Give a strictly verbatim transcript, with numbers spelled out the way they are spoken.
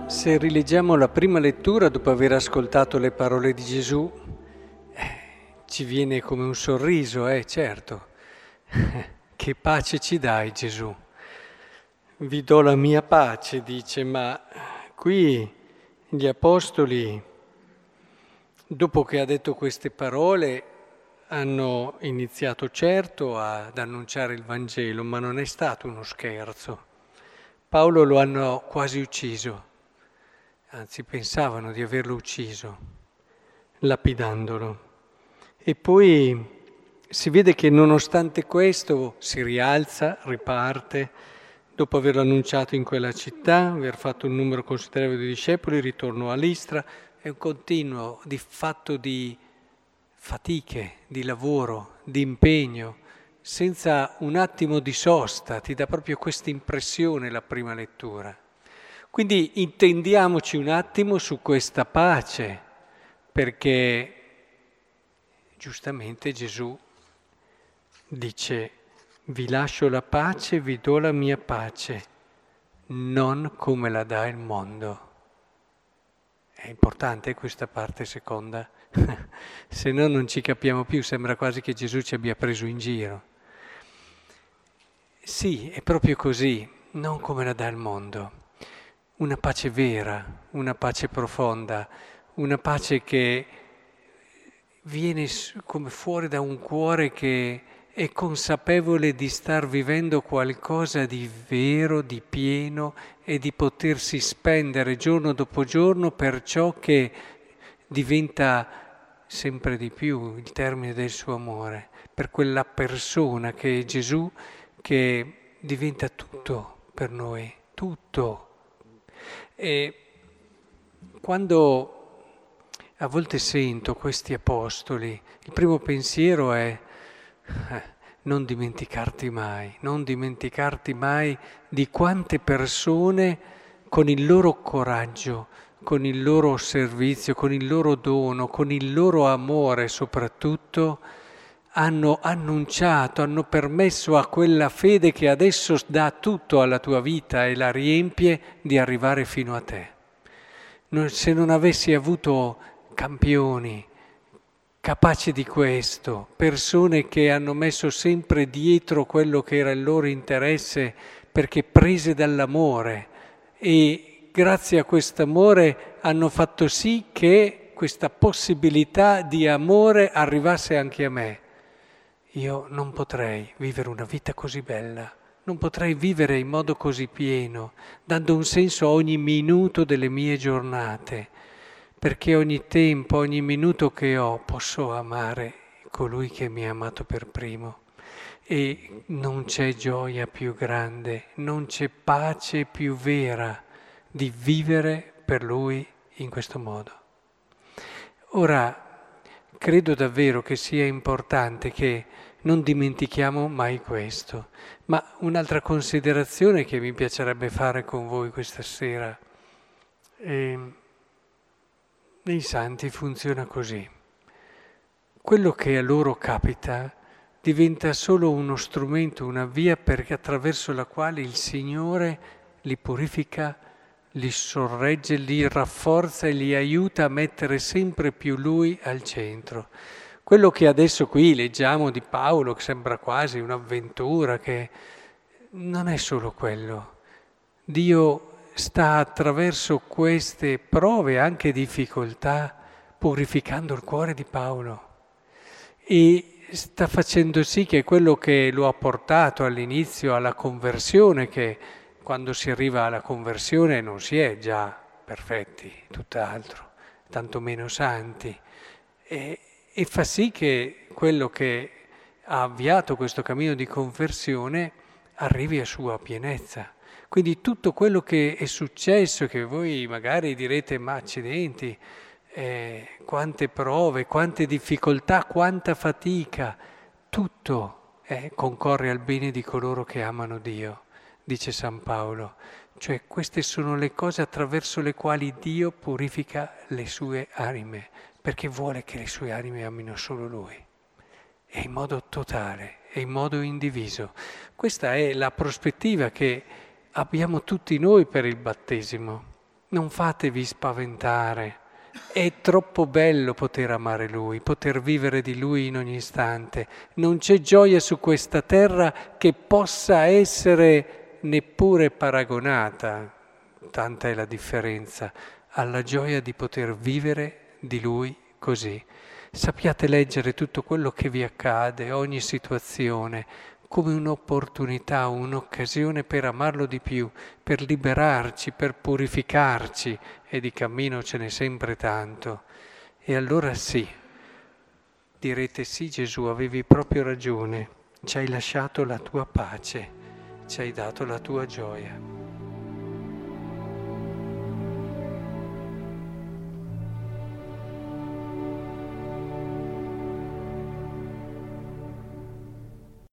Se rileggiamo la prima lettura dopo aver ascoltato le parole di Gesù, eh, ci viene come un sorriso, eh, certo. Che pace ci dai, Gesù? Vi do la mia pace, dice, ma qui gli apostoli, dopo che ha detto queste parole, hanno iniziato certo ad annunciare il Vangelo, ma non è stato uno scherzo. Paolo lo hanno quasi ucciso. Anzi, pensavano di averlo ucciso, lapidandolo. E poi si vede che nonostante questo si rialza, riparte, dopo averlo annunciato in quella città, aver fatto un numero considerevole di discepoli, ritorno a Listra, è un continuo di fatto di fatiche, di lavoro, di impegno, senza un attimo di sosta, ti dà proprio questa impressione la prima lettura. Quindi intendiamoci un attimo su questa pace, perché giustamente Gesù dice: vi lascio la pace, vi do la mia pace, non come la dà il mondo. È importante questa parte seconda, se no non ci capiamo più, sembra quasi che Gesù ci abbia preso in giro. Sì, è proprio così, non come la dà il mondo. Una pace vera, una pace profonda, una pace che viene come fuori da un cuore che è consapevole di star vivendo qualcosa di vero, di pieno e di potersi spendere giorno dopo giorno per ciò che diventa sempre di più il termine del suo amore, per quella persona che è Gesù, che diventa tutto per noi, tutto. E quando a volte sento questi apostoli, il primo pensiero è eh, non dimenticarti mai, non dimenticarti mai di quante persone con il loro coraggio, con il loro servizio, con il loro dono, con il loro amore soprattutto, hanno annunciato, hanno permesso a quella fede che adesso dà tutto alla tua vita e la riempie di arrivare fino a te. Se non avessi avuto campioni capaci di questo, persone che hanno messo sempre dietro quello che era il loro interesse perché prese dall'amore e grazie a quest'amore hanno fatto sì che questa possibilità di amore arrivasse anche a me. Io non potrei vivere una vita così bella, non potrei vivere in modo così pieno, dando un senso a ogni minuto delle mie giornate, perché ogni tempo, ogni minuto che ho posso amare colui che mi ha amato per primo. E non c'è gioia più grande, non c'è pace più vera di vivere per lui in questo modo. Ora, credo davvero che sia importante che non dimentichiamo mai questo. Ma un'altra considerazione che mi piacerebbe fare con voi questa sera. Eh, nei santi funziona così. Quello che a loro capita diventa solo uno strumento, una via perché attraverso la quale il Signore li purifica, li sorregge, li rafforza e li aiuta a mettere sempre più Lui al centro. Quello che adesso qui leggiamo di Paolo, che sembra quasi un'avventura, che non è solo quello. Dio sta attraverso queste prove, anche difficoltà, purificando il cuore di Paolo e sta facendo sì che quello che lo ha portato all'inizio alla conversione, che quando si arriva alla conversione non si è già perfetti, tutt'altro, tanto meno santi, e, e fa sì che quello che ha avviato questo cammino di conversione arrivi a sua pienezza. Quindi tutto quello che è successo, che voi magari direte ma accidenti, eh, quante prove, quante difficoltà, quanta fatica, tutto eh, concorre al bene di coloro che amano Dio, dice San Paolo. Cioè queste sono le cose attraverso le quali Dio purifica le sue anime, perché vuole che le sue anime amino solo Lui, e in modo totale, e in modo indiviso. Questa è la prospettiva che abbiamo tutti noi per il battesimo. Non fatevi spaventare. È troppo bello poter amare Lui, poter vivere di Lui in ogni istante. Non c'è gioia su questa terra che possa essere neppure paragonata, tanta è la differenza, alla gioia di poter vivere di Lui così. Sappiate leggere tutto quello che vi accade, ogni situazione, come un'opportunità, un'occasione per amarlo di più, per liberarci, per purificarci, e di cammino ce n'è sempre tanto. E allora sì, direte sì Gesù, avevi proprio ragione, ci hai lasciato la tua pace, ci hai dato la tua gioia.